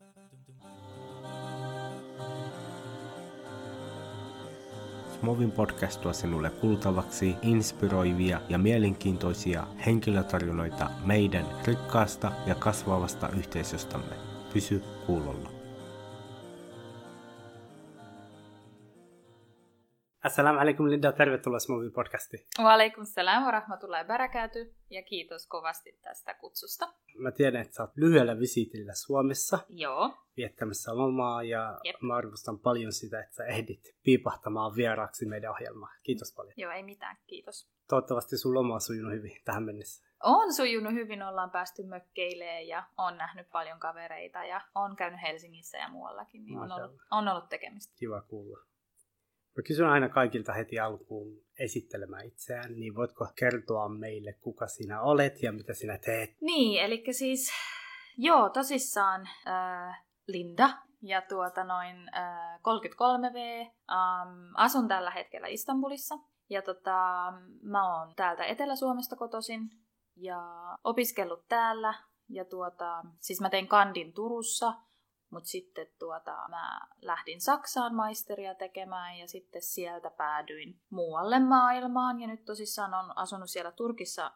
Smovin podcast tuo sinulle kuultavaksi inspiroivia ja mielenkiintoisia henkilötarinoita meidän rikkaasta ja kasvavasta yhteisöstämme. Pysy kuulolla. Assalamu alaikum Linda, tervetuloa Smovin podcastiin. Wa alaikum salam wa rahmatullahi barakatuh ja kiitos kovasti tästä kutsusta. Mä tiedän, että sä oot lyhyellä visiitillä Suomessa. Joo. Viettämässä lomaa ja Jep. Mä arvostan paljon sitä, että sä ehdit piipahtamaan vieraaksi meidän ohjelmaan. Kiitos paljon. Joo, ei mitään, kiitos. Toivottavasti sun loma on sujunut hyvin tähän mennessä. On sujunut hyvin, ollaan päästy mökkeilemään ja on nähnyt paljon kavereita ja on käynyt Helsingissä ja muuallakin, niin on ollut tekemistä. Kiva kuulla. Mä kysyn aina kaikilta heti alkuun esittelemään itseään, niin voitko kertoa meille, kuka sinä olet ja mitä sinä teet? Niin, eli siis, tosissaan Linda ja 33V. Asun tällä hetkellä Istanbulissa ja mä oon täältä Etelä-Suomesta kotoisin ja opiskellut täällä ja siis mä tein kandin Turussa. Mutta sitten mä lähdin Saksaan maisteria tekemään ja sitten sieltä päädyin muualle maailmaan. Ja nyt tosissaan on asunut siellä Turkissa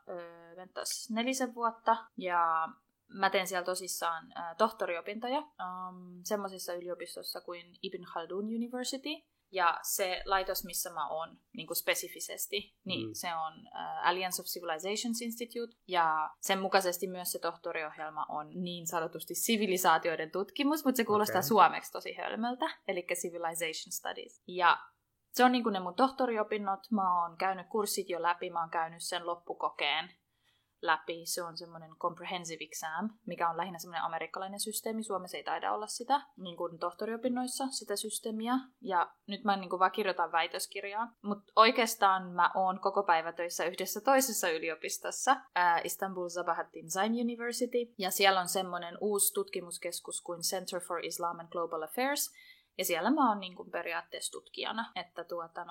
4 vuotta ja mä teen siellä tosissaan tohtoriopintoja semmoisessa yliopistossa kuin Ibn Khaldun University. Ja se laitos, missä mä oon niin kuin spesifisesti, niin se on Alliance of Civilizations Institute. Ja sen mukaisesti myös se tohtoriohjelma on niin sanotusti sivilisaatioiden tutkimus, mutta se kuulostaa suomeksi tosi hölmöltä, eli Civilization Studies. Ja se on niin kuin ne mun tohtoriopinnot. Mä oon käynyt kurssit jo läpi, mä oon käynyt sen loppukokeen läpi. Se on semmoinen comprehensive exam, mikä on lähinnä semmoinen amerikkalainen systeemi. Suomessa ei taida olla sitä, niin kuin tohtoriopinnoissa, sitä systeemiä. Ja nyt mä niin kuin vaan kirjoitan väitöskirjaa. Mutta oikeastaan mä oon koko päivä töissä yhdessä toisessa yliopistossa, Istanbul Sabahattin Zain University. Ja siellä on semmoinen uusi tutkimuskeskus kuin Center for Islam and Global Affairs. Ja siellä mä oon niin kuin periaatteessa tutkijana, että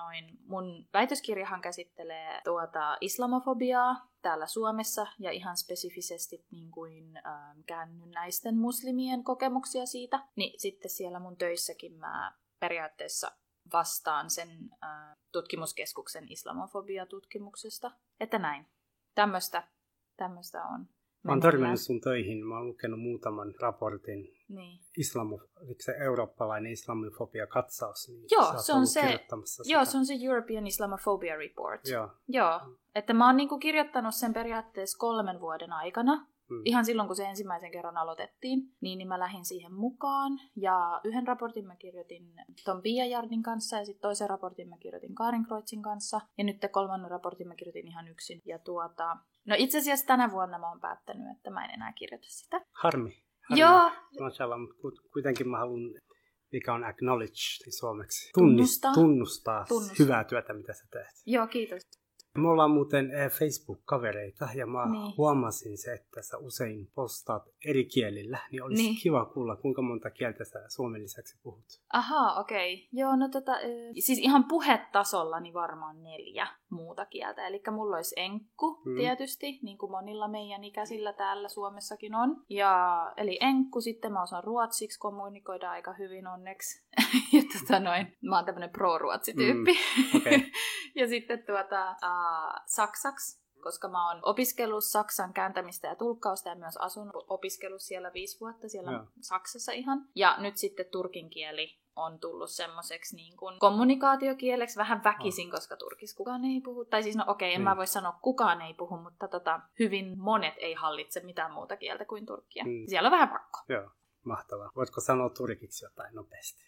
mun väitöskirjahan käsittelee islamofobiaa täällä Suomessa ja ihan spesifisesti niin kuin käännynnäisten muslimien kokemuksia siitä. Niin sitten siellä mun töissäkin mä periaatteessa vastaan sen tutkimuskeskuksen islamofobiatutkimuksesta. Että näin. Tämmöistä on. Mä oon törmännyt sun töihin. Mä oon lukenut muutaman raportin. Niin. Oliko se eurooppalainen islamofobia-katsaus? Niin se on se European Islamophobia Report. Joo. Että mä oon niinku kirjoittanut sen periaatteessa 3 vuoden aikana. Ihan silloin, kun se ensimmäisen kerran aloitettiin, niin mä lähdin siihen mukaan. Ja yhden raportin mä kirjoitin Tom Biajardin kanssa ja sitten toisen raportin mä kirjoitin Karin Kreutzin kanssa. Ja nyt 3. raportin mä kirjoitin ihan yksin. Ja no itse asiassa tänä vuonna mä oon päättänyt, että mä en enää kirjoita sitä. Harmi. Joo. Mutta kuitenkin mä haluan, mikä on acknowledge suomeksi. Tunnustaa hyvää työtä, mitä sä teet. Joo, kiitos. Me ollaan muuten Facebook-kavereita ja mä huomasin se, että sä usein postaat eri kielillä, niin olisi kiva kuulla, kuinka monta kieltä sä suomen lisäksi puhut. Ahaa, okei. Joo, siis ihan puhetasolla niin varmaan 4 muuta kieltä. Eli mulla olisi enkku tietysti, niin kuin monilla meidän ikäisillä täällä Suomessakin on. Eli enkku, sitten mä osaan ruotsiksi, kommunikoida aika hyvin onneksi. Ja mä oon tämmönen pro-ruotsi-tyyppi. Okay. Ja sitten saksaksi, koska mä oon opiskellut saksan kääntämistä ja tulkkausta ja myös opiskellut siellä 5 vuotta siellä Saksassa ihan. Ja nyt sitten turkin kieli on tullut semmoiseksi niin kuin kommunikaatiokieleksi vähän väkisin, koska Turkissa kukaan ei puhu. Tai siis en mä voi sanoa kukaan ei puhu, mutta hyvin monet ei hallitse mitään muuta kieltä kuin turkkia. Siellä on vähän pakko. Joo, mahtavaa. Voitko sanoa turkiksi jotain nopeasti?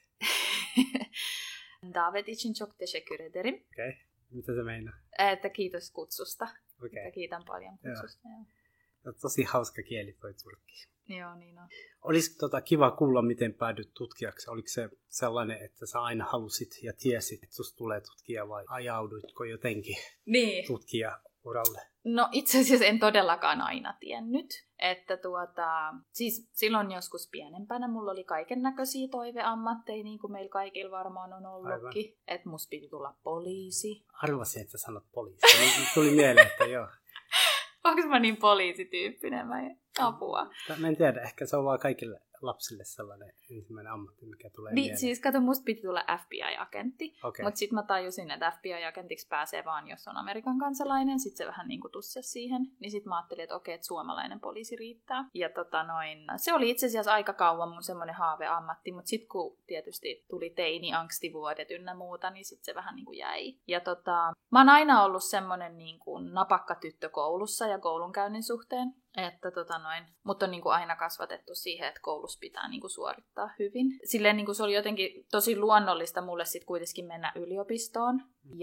Davet için çok teşekkür ederim. Okei. Mitä se meinaa? Että kiitos kutsusta. Okay. Että kiitän paljon kutsusta. Joo. Tosi hauska kieli toi turkki. Joo, niin on. Olisiko kiva kuulla, miten päädyt tutkijaksi? Oliko se sellainen, että sä aina halusit ja tiesit, että susta tulee tutkija vai ajauduitko jotenkin tutkijauralle? No itse asiassa en todellakaan aina tiennyt. Että siis silloin joskus pienempänä mulla oli kaiken näköisiä toiveammatteja, niin kuin meillä kaikilla varmaan on ollutkin. Että musta piti tulla poliisi. Arvasin, että sä sanot poliisi. Tuli mieleen, että joo. Onko mä niin poliisityyppinen vai apua? Mä en tiedä, ehkä se on vaan kaikille lapsille sellainen ensimmäinen ammatti, mikä tulee niin, mieleen? siis kato, musta piti tulla FBI-agentti, Okay. mutta sitten mä tajusin, että FBI-agentiksi pääsee vaan, jos on Amerikan kansalainen, sitten se vähän niin kuin tussasi siihen, niin sitten mä ajattelin, että okei, että suomalainen poliisi riittää. Ja se oli itse asiassa aika kauan mun semmoinen haaveammatti, mutta sitten kun tietysti tuli teini, angstivuodet ynnä muuta, niin sitten se vähän niin kuin jäi. Ja mä oon aina ollut semmoinen niin kuin napakka tyttö koulussa ja koulunkäynnin suhteen. Että mut on niinku aina kasvatettu siihen, että koulussa pitää niinku suorittaa hyvin. Silleen niinku se oli jotenkin tosi luonnollista mulle sit kuitenkin mennä yliopistoon.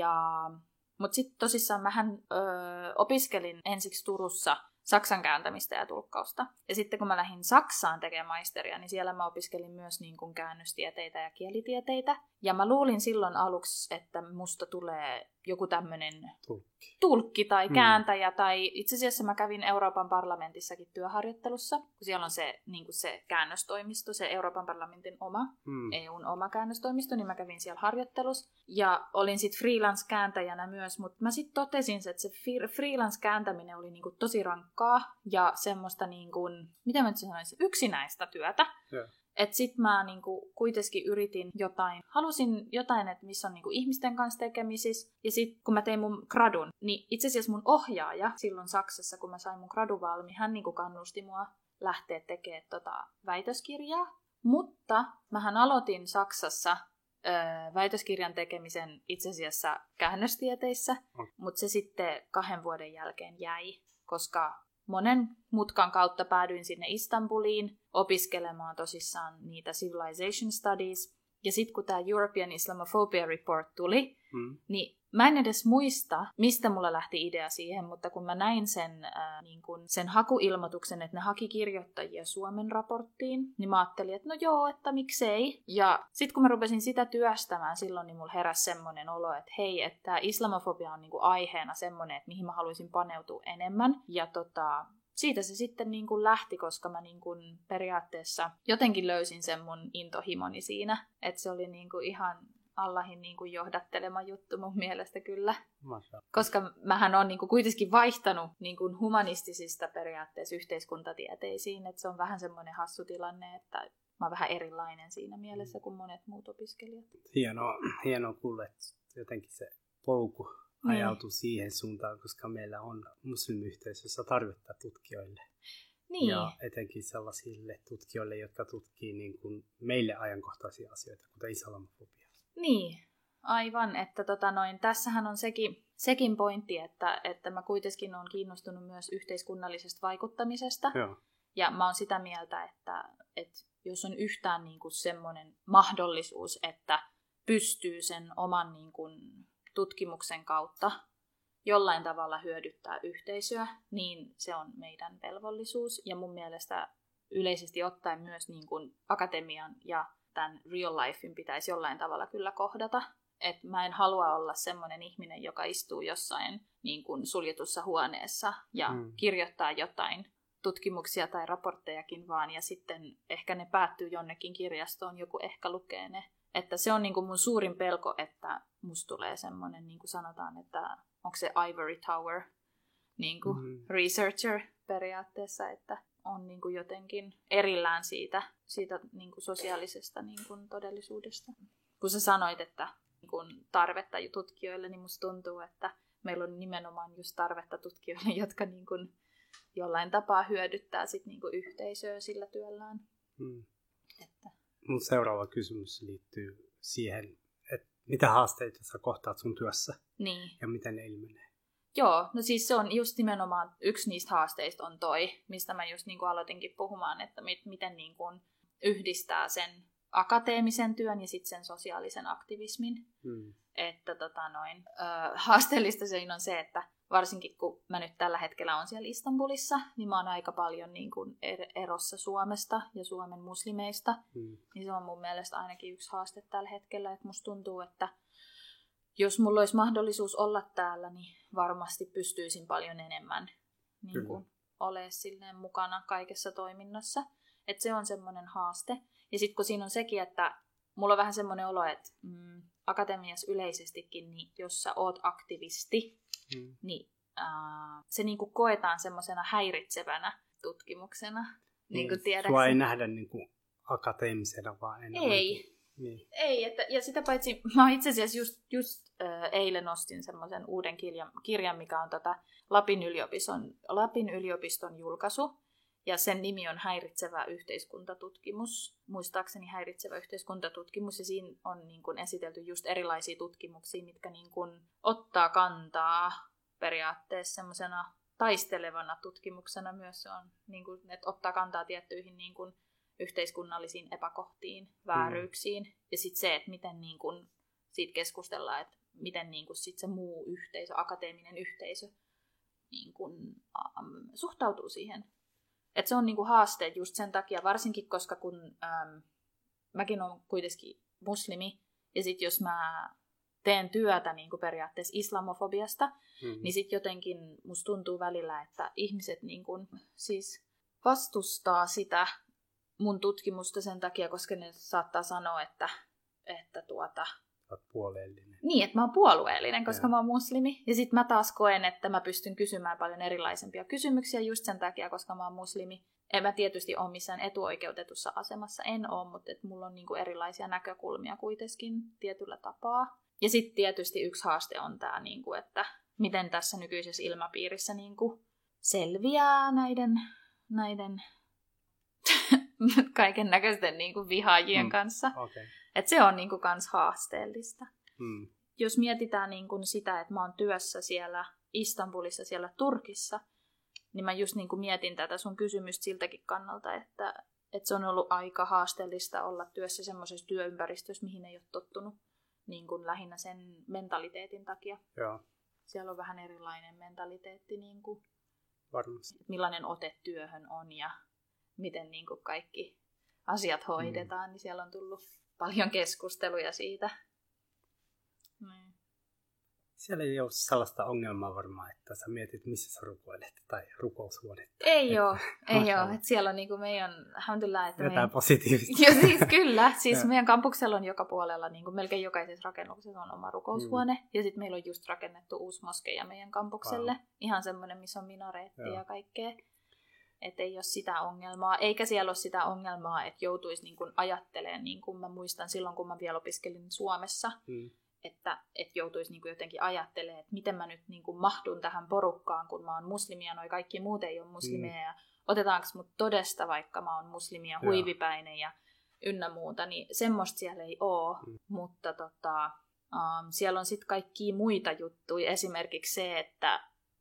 Mut sitten tosissaan mähän opiskelin ensiksi Turussa saksan kääntämistä ja tulkkausta. Ja sitten kun mä lähdin Saksaan tekemään maisteria, niin siellä mä opiskelin myös niin kuin käännöstieteitä ja kielitieteitä. Ja mä luulin silloin aluksi, että musta tulee joku tämmönen tulkki tai kääntäjä. Tai itse asiassa mä kävin Euroopan parlamentissakin työharjoittelussa, kun siellä on se, niin kuin se käännöstoimisto, se Euroopan parlamentin oma, EUn oma käännöstoimisto, niin mä kävin siellä harjoittelussa. Ja olin sitten freelance-kääntäjänä myös, mutta mä sitten totesin, että se freelance-kääntäminen oli niin kuin tosi rankkaa ja semmoista, niin kuin, mitä mä nyt sanoisin, yksinäistä työtä. Yeah. Että sit mä niinku kuitenkin yritin halusin jotain, että missä on niinku ihmisten kanssa tekemisissä. Ja sit kun mä tein mun gradun, niin itse asiassa mun ohjaaja silloin Saksassa, kun mä sain mun gradun valmiin, hän niinku kannusti mua lähteä tekemään väitöskirjaa. Mutta mähän aloitin Saksassa väitöskirjan tekemisen itse asiassa käännöstieteissä, mutta se sitten 2 vuoden jälkeen jäi, koska monen mutkan kautta päädyin sinne Istanbuliin opiskelemaan tosissaan niitä Civilization Studies. Ja sitten kun tämä European Islamophobia Report tuli, niin mä en edes muista, mistä mulla lähti idea siihen, mutta kun mä näin sen hakuilmoituksen, että ne haki kirjoittajia Suomen raporttiin, niin mä ajattelin, että no joo, että miksei. Ja sitten kun mä rupesin sitä työstämään silloin, niin mulla heräsi semmoinen olo, että hei, että islamofobia on niinku aiheena semmoinen, että mihin mä haluaisin paneutua enemmän. Ja siitä se sitten niin kuin lähti, koska mä niin kuin periaatteessa jotenkin löysin sen mun intohimoni siinä. Että se oli niin kuin ihan Allahin niin kuin johdattelema juttu mun mielestä kyllä. Koska mähän on niin kuin kuitenkin vaihtanut niin kuin humanistisista periaatteessa yhteiskuntatieteisiin. Että se on vähän semmoinen hassu tilanne, että mä oon vähän erilainen siinä mielessä kuin monet muut opiskelijat. Hienoa kuulla, että jotenkin se polku ajautui siihen suuntaan, koska meillä on muslimiyhteisössä tarvetta tutkijoille. Niin. Ja etenkin sellaisille tutkijoille, jotka tutkii niin kuin meille ajankohtaisia asioita, kuten islamofobia. Niin, aivan. Että tässähän on sekin pointti, että mä kuitenkin olen kiinnostunut myös yhteiskunnallisesta vaikuttamisesta. Joo. Ja mä oon sitä mieltä, että jos on yhtään niin kuin semmoinen mahdollisuus, että pystyy sen oman niin kuin tutkimuksen kautta jollain tavalla hyödyttää yhteisöä, niin se on meidän velvollisuus. Ja mun mielestä yleisesti ottaen myös niin kuin akatemian ja tämän real lifein pitäisi jollain tavalla kyllä kohdata. Et mä en halua olla semmoinen ihminen, joka istuu jossain niin kuin suljetussa huoneessa ja kirjoittaa jotain tutkimuksia tai raporttejakin vaan, ja sitten ehkä ne päättyy jonnekin kirjastoon, joku ehkä lukee ne. Että se on niin kuin mun suurin pelko, että musta tulee semmoinen, niin kuin sanotaan, että onko se Ivory Tower niin kuin researcher periaatteessa, että on niin kuin jotenkin erillään siitä niin kuin sosiaalisesta niin kuin todellisuudesta. Kun sä sanoit, että niin kuin tarvetta tutkijoille, niin musta tuntuu, että meillä on nimenomaan just tarvetta tutkijoille, jotka niin kuin jollain tapaa hyödyttää sit niin kuin yhteisöä sillä työllään. Mun seuraava kysymys liittyy siihen, että mitä haasteita sä kohtaat sun työssä ja miten ne ilmenee? Joo, no siis se on just nimenomaan yksi niistä haasteista on mistä mä just niin kuin aloitinkin puhumaan, että miten niin kuin yhdistää sen akateemisen työn ja sitten sen sosiaalisen aktivismin. Että haasteellista siinä on se, että varsinkin kun mä nyt tällä hetkellä on siellä Istanbulissa, niin mä oon aika paljon niin kuin erossa Suomesta ja Suomen muslimeista. Niin se on mun mielestä ainakin yksi haaste tällä hetkellä, että musta tuntuu, että jos mulla olisi mahdollisuus olla täällä, niin varmasti pystyisin paljon enemmän niin kuin olemaan silleen mukana kaikessa toiminnassa. Että se on semmoinen haaste. Ja sitten kun siinä on sekin, että mulla on vähän semmoinen olo, että akatemiassa yleisestikin, niin jos sä oot aktivisti, niin se niinku koetaan semmoisena häiritsevänä tutkimuksena. Niin kuin tiedäksä. Sua ei nähdä niinku akateemisena vaan enemmän? Ei. Niin. Ei, ja sitä paitsi mä itse asiassa just eilen ostin semmoisen uuden kirjan, mikä on Lapin yliopiston julkaisu. Ja sen nimi on Häiritsevä yhteiskuntatutkimus. Muistaakseni Häiritsevä yhteiskuntatutkimus. Ja siinä on niin kuin esitelty just erilaisia tutkimuksia, mitkä niin kuin ottaa kantaa periaatteessa semmoisena taistelevana tutkimuksena myös. Se on, niin kuin, että ottaa kantaa tiettyihin niin kuin yhteiskunnallisiin epäkohtiin, vääryyksiin. Ja sitten se, että miten niin kuin siitä keskustellaan, että miten niin kuin sit se muu yhteisö, akateeminen yhteisö niin kuin, suhtautuu siihen. Että se on niinku haaste just sen takia, varsinkin koska kun mäkin olen kuitenkin muslimi, ja sitten jos mä teen työtä niinku periaatteessa islamofobiasta, niin sitten jotenkin musta tuntuu välillä, että ihmiset niinku, siis vastustaa sitä mun tutkimusta sen takia, koska ne saattaa sanoa, että olet puolueellinen. Niin, että mä oon puolueellinen, koska mä oon muslimi. Ja sitten mä taas koen, että mä pystyn kysymään paljon erilaisempia kysymyksiä just sen takia, koska mä oon muslimi. En mä tietysti ole missään etuoikeutetussa asemassa, en ole, mutta et mulla on niinku erilaisia näkökulmia kuitenkin tietyllä tapaa. Ja sitten tietysti yksi haaste on tämä, niinku, että miten tässä nykyisessä ilmapiirissä niinku selviää näiden kaiken näköisten niinku vihaajien kanssa. Okay. Et se on niinku kans haasteellista. Mm. Jos mietitään niinku sitä, että mä oon työssä siellä Istanbulissa, siellä Turkissa, niin mä just niinku mietin tätä sun kysymystä siltäkin kannalta, että se on ollut aika haasteellista olla työssä semmoisessa työympäristössä, mihin ei ole tottunut niinku lähinnä sen mentaliteetin takia. Joo. Siellä on vähän erilainen mentaliteetti, niinku, varmasti. Millainen ote työhön on ja miten niinku kaikki asiat hoidetaan, niin siellä on tullut paljon keskusteluja siitä. Siellä ei ole sellaista ongelmaa varmaan, että sä mietit, missä sä rukoilet tai rukoushuonetta. Ei ole. Että siellä on niinku meidän, alhamdulillah, että jotain positiivista. Joo, siis kyllä. Siis meidän kampuksella on joka puolella, niinku melkein jokaisessa rakennuksessa on oma rukoushuone. Ja sitten meillä on just rakennettu uusi moskeija meidän kampukselle. Ihan semmoinen, missä on minareetti ja kaikkea. Että ei ole sitä ongelmaa. Eikä siellä ole sitä ongelmaa, että joutuisi niin kuin ajattelemaan, niin kuin mä muistan silloin, kun mä vielä opiskelin Suomessa, että joutuisi niin kuin jotenkin ajattelemaan, että miten mä nyt niin kuin mahdun tähän porukkaan, kun mä oon muslimi ja noi kaikki muut ei ole muslimeja. Ja otetaanko mut todesta, vaikka mä oon muslimi ja huivipäinen ja ynnä muuta, niin semmoista siellä ei ole. Mutta siellä on sitten kaikkia muita juttuja. Esimerkiksi se, että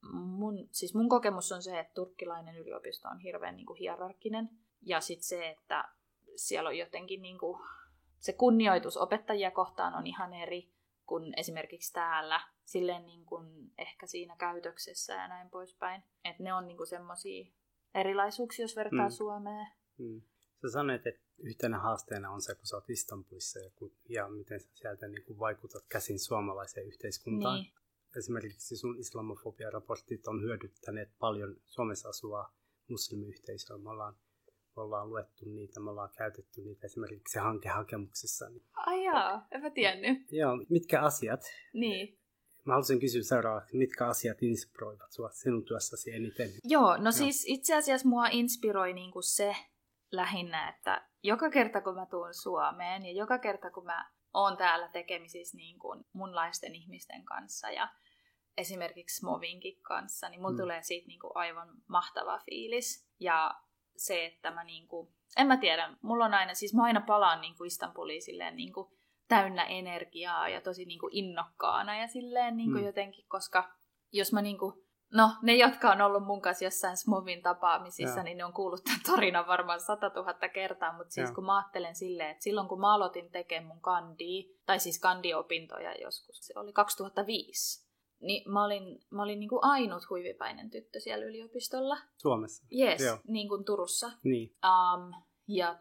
mun kokemus on se, että turkkilainen yliopisto on hirveän niin kuin hierarkkinen. Ja sitten se, että siellä on jotenkin niin kuin, se kunnioitus opettajia kohtaan on ihan eri kuin esimerkiksi täällä. Silleen niin kuin ehkä siinä käytöksessä ja näin poispäin. Että ne on niin kuin semmosia erilaisuuksia, jos vertaa Suomeen. Sä sanoit, että yhtenä haasteena on se, kun sä oot Istanbulissa ja miten sä sieltä niin kuin vaikutat käsin suomalaiseen yhteiskuntaan. Niin. Esimerkiksi sun islamofobia-raportit on hyödyttäneet paljon Suomessa asuvaa muslimiyhteisöä. Me ollaan luettu niitä, me ollaan käytetty niitä esimerkiksi hankehakemuksissa. Ai jaa, en mä tiennyt. Joo, mitkä asiat? Niin. Mä haluaisin kysyä seuraavaksi, mitkä asiat inspiroivat sua sinun työssäsi eniten? Joo, no siis itse asiassa mua inspiroi niinku se lähinnä, että joka kerta kun mä tuun Suomeen ja joka kerta kun mä oon täällä tekemisissä niin kuin munlaisten ihmisten kanssa ja esimerkiksi Smovinkin kanssa, niin mulla tulee siitä niin kuin aivan mahtava fiilis. Ja se, että mä niin kuin, en mä tiedä, mulla on aina, siis mä aina palaan niin kuin Istanbuliin silleen niin kuin täynnä energiaa ja tosi niin kuin innokkaana ja silleen niin kuin jotenkin, koska jos mä niin kuin, no ne, jotka on ollut mun kanssa jossain Smovin tapaamisissa, niin ne on kuullut tämän tarinan varmaan 100 000 kertaa, mutta siis kun mä ajattelen silleen, että silloin kun mä aloitin tekemään mun kandiopintoja joskus, se oli 2005, niin mä olin niin kuin ainut huivipäinen tyttö siellä yliopistolla. Suomessa? Yes, niin kuin Turussa. Niin. Ja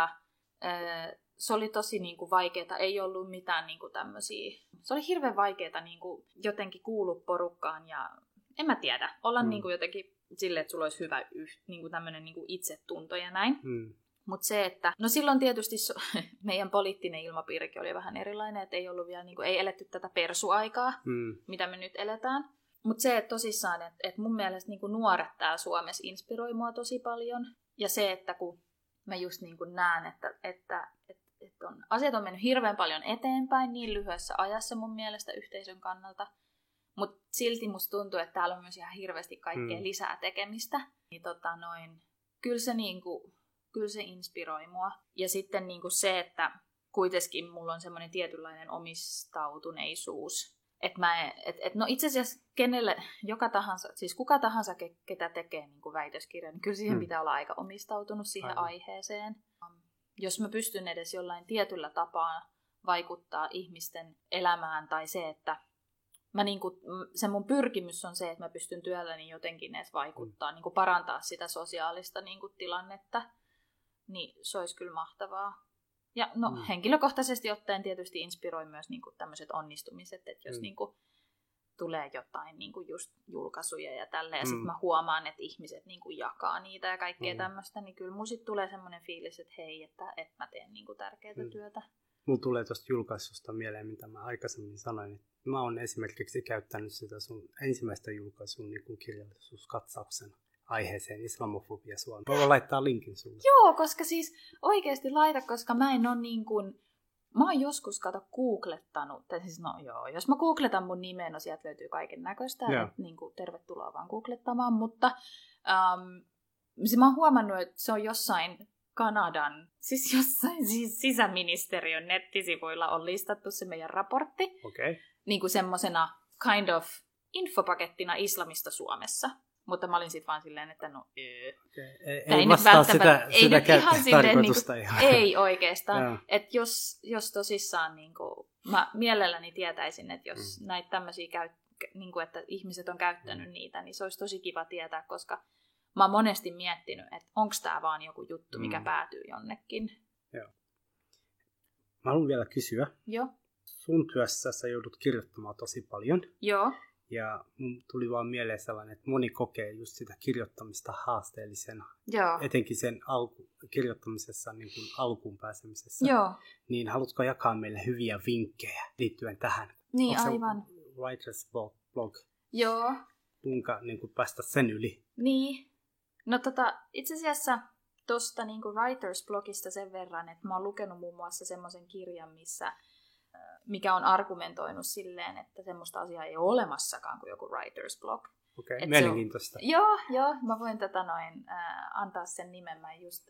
se oli tosi niin kuin vaikeeta, ei ollut mitään niin kuin tämmöisiä, se oli hirveän vaikeeta niin kuin jotenkin kuulua porukkaan ja en mä tiedä, olla niin kuin jotenkin silleen, että sulla olisi hyvä niin kuin tämmöinen niin kuin itsetunto ja näin. Mutta se, että no silloin tietysti meidän poliittinen ilmapiirikin oli vähän erilainen, että ei ollut vielä, niin kuin, ei eletty tätä persuaikaa, mitä me nyt eletään. Mutta se, että tosissaan, että mun mielestä niin kuin nuoret täällä Suomessa inspiroi mua tosi paljon. Ja se, että kun mä just niin kuin näen, että asiat on mennyt hirveän paljon eteenpäin niin lyhyessä ajassa mun mielestä yhteisön kannalta, mutta silti musta tuntuu, että täällä on myös ihan hirveästi kaikkea lisää tekemistä. Niin kyllä se inspiroi mua. Ja sitten niin kuin se, että kuitenkin mulla on semmoinen tietynlainen omistautuneisuus. No itse asiassa kuka tahansa, ketä tekee niin kuin väitöskirjan, niin kyllä siihen pitää olla aika omistautunut siihen aiheeseen. Jos mä pystyn edes jollain tietyllä tapaa vaikuttaa ihmisten elämään, tai se, että se mun pyrkimys on se, että mä pystyn työlläni jotenkin edes vaikuttaa, niin kuin parantaa sitä sosiaalista niin kuin tilannetta, niin se olisi kyllä mahtavaa. Ja henkilökohtaisesti ottaen tietysti inspiroi myös niin kuin tämmöiset onnistumiset, että jos niin kuin tulee jotain niin kuin just julkaisuja ja tälleen, ja sitten mä huomaan, että ihmiset niin kuin jakaa niitä ja kaikkea tämmöistä, niin kyllä mun sit tulee semmoinen fiilis, että hei, että mä teen niin kuin tärkeää työtä. Mulla tulee tuosta julkaisusta mieleen, mitä mä aikaisemmin sanoin, että mä oon esimerkiksi käyttänyt sitä sun ensimmäistä julkaisua niin kuin kirjallisuuskatsauksena aiheeseen islamofobia Suomessa. Voin laittaa linkin sulle. Joo, koska siis oikeasti laita, koska mä en ole niin kuin... Mä oon joskus googlettanut, jos mä googletan mun nimeä, no sieltä löytyy kaiken näköistä, että niin kuin, tervetuloa vaan googlettamaan, mutta mä oon huomannut, että se on jossain Kanadan, siis jossain sisäministeriön nettisivuilla on listattu se meidän raportti, niin kuin semmosena kind of infopakettina islamista Suomessa. Mutta mä olin sitten vaan silleen, että ei vastaa sitä tarkoitusta. Ei oikeastaan. Että jos tosissaan, niin kuin, mä mielelläni tietäisin, että jos näitä tämmöisiä niin kuin, että ihmiset on käyttänyt niitä, niin se olisi tosi kiva tietää, koska mä oon monesti miettinyt, että onko tämä vaan joku juttu, mikä päätyy jonnekin. Joo. Mä haluan vielä kysyä. Joo. Sun työssä sä joudut kirjoittamaan tosi paljon. Joo. Ja mun tuli vaan mieleen sellainen, että moni kokee just sitä kirjoittamista haasteellisena. Joo. Etenkin sen kirjoittamisessa, niin kuin alkuun pääsemisessä. Joo. Niin haluatko jakaa meille hyviä vinkkejä liittyen tähän? Niin, onko aivan. Writer's blog? Joo. Kuinka niin kuin päästä sen yli? Niin. No itse asiassa tuosta niin kuin Writer's blogista sen verran, että mä oon lukenut muun muassa semmoisen kirjan, mikä on argumentoinut silleen, että semmoista asiaa ei ole olemassakaan kuin joku writer's blog. Okei, mielenkiintoista. Joo, mä voin antaa sen nimen. Mä just,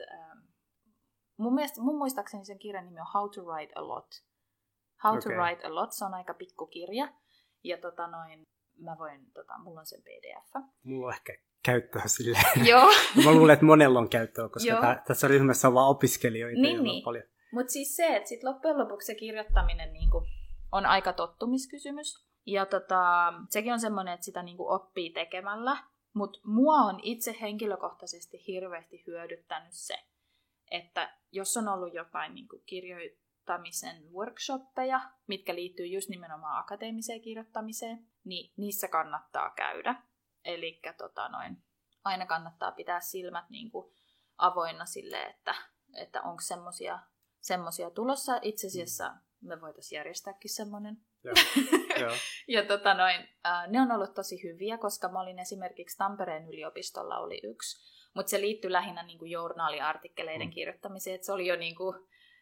mun muistaakseni sen kirjan nimi on How to Write a Lot. How to Write a Lot, se on aika pikku kirja. Ja mä voin, mulla on sen PDF. Mulla on ehkä käyttöä silleen. Joo. Mä luulen, että monella on käyttöä, koska tässä ryhmässä on vaan opiskelijoita. Niin. Paljon. Mutta siis se, että sit loppujen lopuksi se kirjoittaminen niinku on aika tottumiskysymys. Ja sekin on semmoinen, että sitä niinku oppii tekemällä. Mutta mua on itse henkilökohtaisesti hirveästi hyödyttänyt se, että jos on ollut jotain niinku kirjoittamisen workshoppeja, mitkä liittyy just nimenomaan akateemiseen kirjoittamiseen, niin niissä kannattaa käydä. Elikkä aina kannattaa pitää silmät niinku avoinna sille, että onko semmoisia tulossa. Itse asiassa me voitaisiin järjestääkin semmoinen. Ja ne on ollut tosi hyviä, koska mä olin esimerkiksi Tampereen yliopistolla oli yksi, mutta se liittyi lähinnä niinku journaaliartikkeleiden kirjoittamiseen, että se oli jo niinku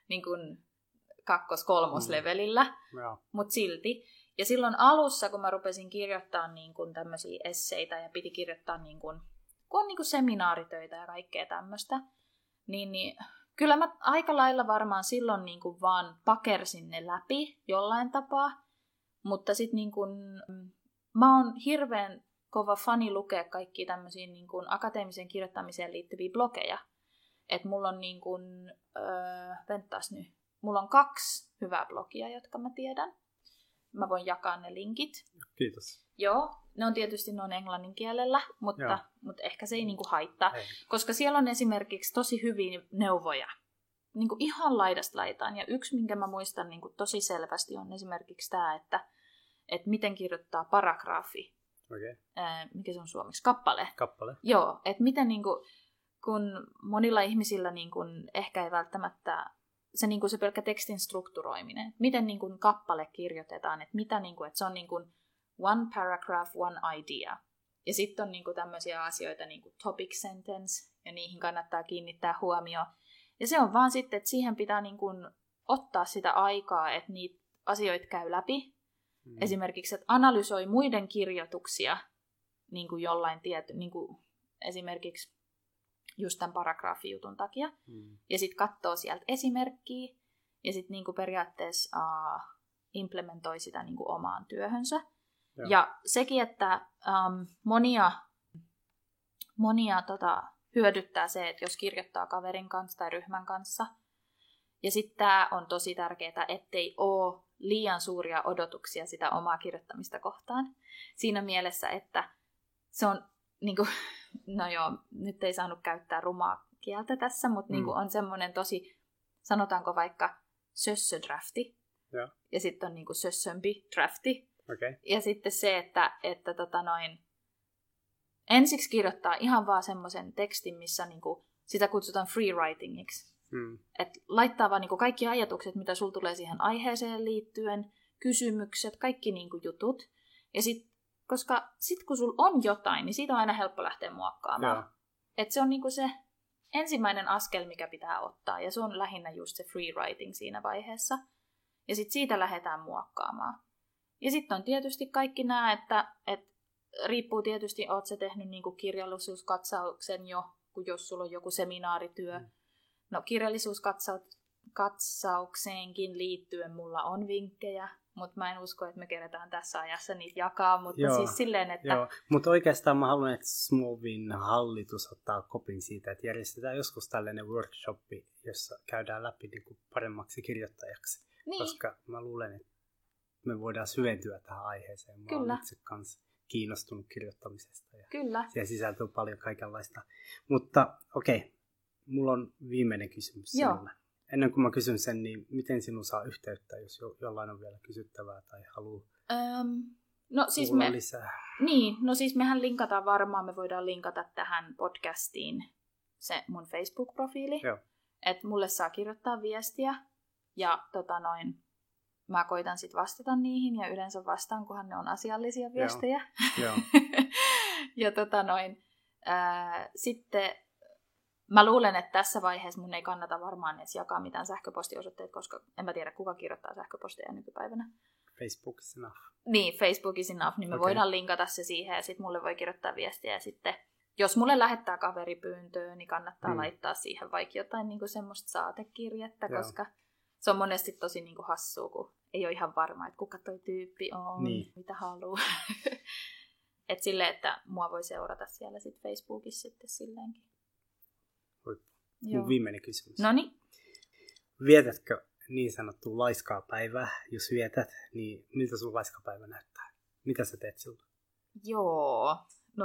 2-3 levelillä, mutta silti. Ja silloin alussa, kun mä rupesin kirjoittaa niinku tämmöisiä esseitä ja piti kirjoittaa kun on niinku seminaaritöitä ja kaikkea tämmöistä, niin kyllä mä aika lailla varmaan silloin niinku vaan pakersin ne läpi jollain tapaa, mutta sitten mä oon hirveän kova fani lukea kaikkia tämmöisiä akateemiseen kirjoittamiseen liittyviä blogeja. Että mulla on mulla on 2 hyvää blogia, jotka mä tiedän. Mä voin jakaa ne linkit. Kiitos. Joo, ne on englannin kielellä, mutta ehkä se ei haittaa. Ei. Koska siellä on esimerkiksi tosi hyviä neuvoja. Ihan laidasta laitaan. Ja yksi, minkä mä muistan tosi selvästi, on esimerkiksi tämä, että miten kirjoittaa paragraafi. Okay. Mikä se on suomeksi? Kappale. Kappale. Joo, että miten kun monilla ihmisillä ehkä ei välttämättä se pelkkä tekstin strukturoiminen, miten kappale kirjoitetaan, että mitä että se on one paragraph, one idea. Ja sitten on tämmöisiä asioita topic sentence, ja niihin kannattaa kiinnittää huomioon. Ja se on vaan sitten, että siihen pitää niin kuin ottaa sitä aikaa, että niitä asioita käy läpi. Esimerkiksi, että analysoi muiden kirjoituksia niin kuin jollain niin kuin esimerkiksi just tämän paragraafijutun takia. Ja sitten katsoo sieltä esimerkkiä ja sitten niin kuin periaatteessa implementoi sitä niin kuin omaan työhönsä. Ja sekin, että monia hyödyttää se, että jos kirjoittaa kaverin kanssa tai ryhmän kanssa. Ja sitten tämä on tosi tärkeää, ettei ole liian suuria odotuksia sitä omaa kirjoittamista kohtaan. Siinä mielessä, että se on, niin kuin, no joo, nyt ei saanut käyttää rumaa kieltä tässä, mutta niin kuin on semmoinen tosi, sanotaanko vaikka sössödrafti. Ja sitten on niin kuin sössömpi drafti. Okay. Ja sitten se, että ensiksi kirjoittaa ihan vaan semmoisen tekstin, missä niinku, sitä kutsutaan free writingiksi. Että laittaa vaan niinku kaikki ajatukset, mitä sulla tulee siihen aiheeseen liittyen, kysymykset, kaikki niinku jutut. Ja koska sitten kun sulla on jotain, niin siitä on aina helppo lähteä muokkaamaan. Että se on niinku se ensimmäinen askel, mikä pitää ottaa. Ja se on lähinnä just se free writing siinä vaiheessa. Ja sitten siitä lähdetään muokkaamaan. Ja sitten on tietysti kaikki nämä, että riippuu tietysti, oot sä tehnyt niinku kirjallisuuskatsauksen jo, kun jos sulla on joku seminaarityö. No kirjallisuuskatsaukseenkin liittyen mulla on vinkkejä, mutta mä en usko, että me keretään tässä ajassa niitä jakaa. Mutta siis silleen, että... Joo, mutta oikeastaan mä haluan, että Smovin hallitus ottaa kopin siitä, että järjestetään joskus tällainen workshoppi, jossa käydään läpi niinku paremmaksi kirjoittajaksi. Niin. Koska mä luulen, että me voidaan syventyä tähän aiheeseen. Mä olen itse kanssa kiinnostunut kirjoittamisesta. Ja Kyllä. Siellä sisältyy paljon kaikenlaista. Mutta okei, mulla on viimeinen kysymys sinulle. Ennen kuin mä kysyn sen, niin miten sinun saa yhteyttä, jos jollain on vielä kysyttävää tai haluaa kuulla lisää? Niin, no siis mehän linkataan varmaan, me voidaan linkata tähän podcastiin se mun Facebook-profiili. Että mulle saa kirjoittaa viestiä ja mä koitan sitten vastata niihin ja yleensä vastaan, kunhan ne on asiallisia viestejä. Joo. Ja sitten mä luulen, että tässä vaiheessa mun ei kannata varmaan edes jakaa mitään sähköpostiosoitteita, koska en mä tiedä, kuka kirjoittaa sähköposteja nykypäivänä. Facebook is enough. Niin, Facebook is enough, niin me voidaan linkata se siihen ja sitten mulle voi kirjoittaa viestiä. Ja sitten, jos mulle lähettää kaveripyyntöä, niin kannattaa laittaa siihen vaikka jotain niin kuin semmoista saatekirjettä, koska se on monesti tosi niin kuin hassua, kun ei ole ihan varma, että kuka toi tyyppi on, mitä haluaa. Että silleen, että mua voi seurata siellä sit Facebookissa sitten silleenkin. Mun viimeinen kysymys. Noniin. Vietätkö niin sanottua laiskaa päivää? Jos vietät, niin miltä sun laiskapäivä näyttää? Mitä sä teet silloin? Joo,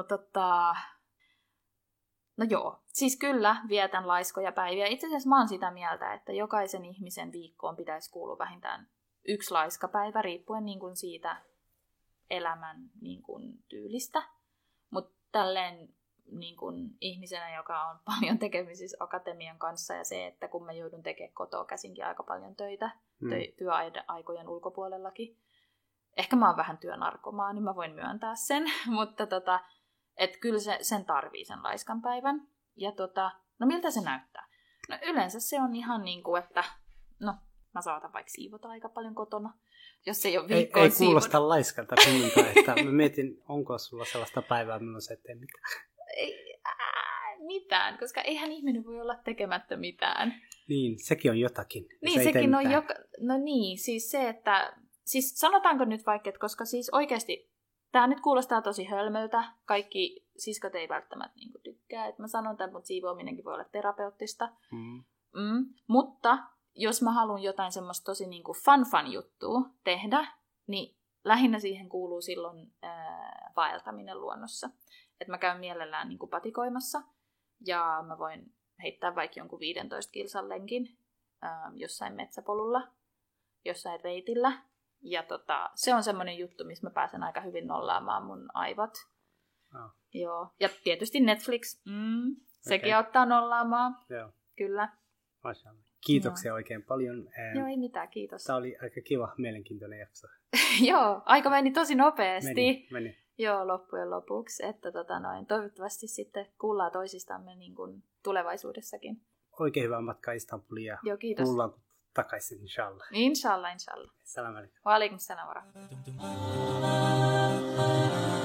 No joo, siis kyllä vietän laiskoja päiviä. Itse asiassa mä oon sitä mieltä, että jokaisen ihmisen viikkoon pitäisi kuulua vähintään 1 laiskapäivä, riippuen niin kuin siitä elämän niin kuin tyylistä. Mutta tälleen niin kuin ihmisenä, joka on paljon tekemisissä akatemian kanssa ja se, että kun mä joudun tekemään kotoa käsinkin aika paljon töitä työaikojen ulkopuolellakin. Ehkä mä oon vähän työnarkomaa, niin mä voin myöntää sen, mutta että kyllä sen tarvii sen laiskan päivän. Ja no miltä se näyttää? No yleensä se on ihan niin kuin, että mä saatan vaikka siivota aika paljon kotona, jos ei ole viikkoon Ei kuulosta laiskalta kumminkaan, että mä mietin, onko sulla sellaista päivää, milloin sä et tee mitään. Mitään, koska eihän ihminen voi olla tekemättä mitään. Niin, sekin on jotakin. Niin, sekin on no niin, siis se, että siis sanotaanko nyt vaikka, että koska siis oikeasti tämä nyt kuulostaa tosi hölmöltä. Kaikki siskot ei välttämättä niinku tykkää, että mä sanon tämän, mutta siivoaminenkin voi olla terapeuttista. Mutta jos mä haluan jotain semmoista tosi niinku fun juttua tehdä, niin lähinnä siihen kuuluu silloin vaeltaminen luonnossa. Että mä käyn mielellään niinku patikoimassa ja mä voin heittää vaikka jonkun 15 kilsan lenkin jossain metsäpolulla, jossain reitillä. Ja se on semmoinen juttu, missä mä pääsen aika hyvin nollaamaan mun aivot. Joo. Ja tietysti Netflix, sekin auttaa nollaamaan. Joo. Kyllä. Kiitoksia oikein paljon. Joo, ei mitään, kiitos. Tämä oli aika kiva, mielenkiintoinen jakso. Joo, aika meni tosi nopeasti. Meni. Joo, loppujen lopuksi. Että toivottavasti sitten kuullaan toisistamme niin kuin tulevaisuudessakin. oikein hyvää matkaa Istanbuliin ja Joo, kiitos. tullaan takaisin, inshallah. Inshallah, inshallah. Salam alaikum. Wa alaikum salam wa rahmatullah.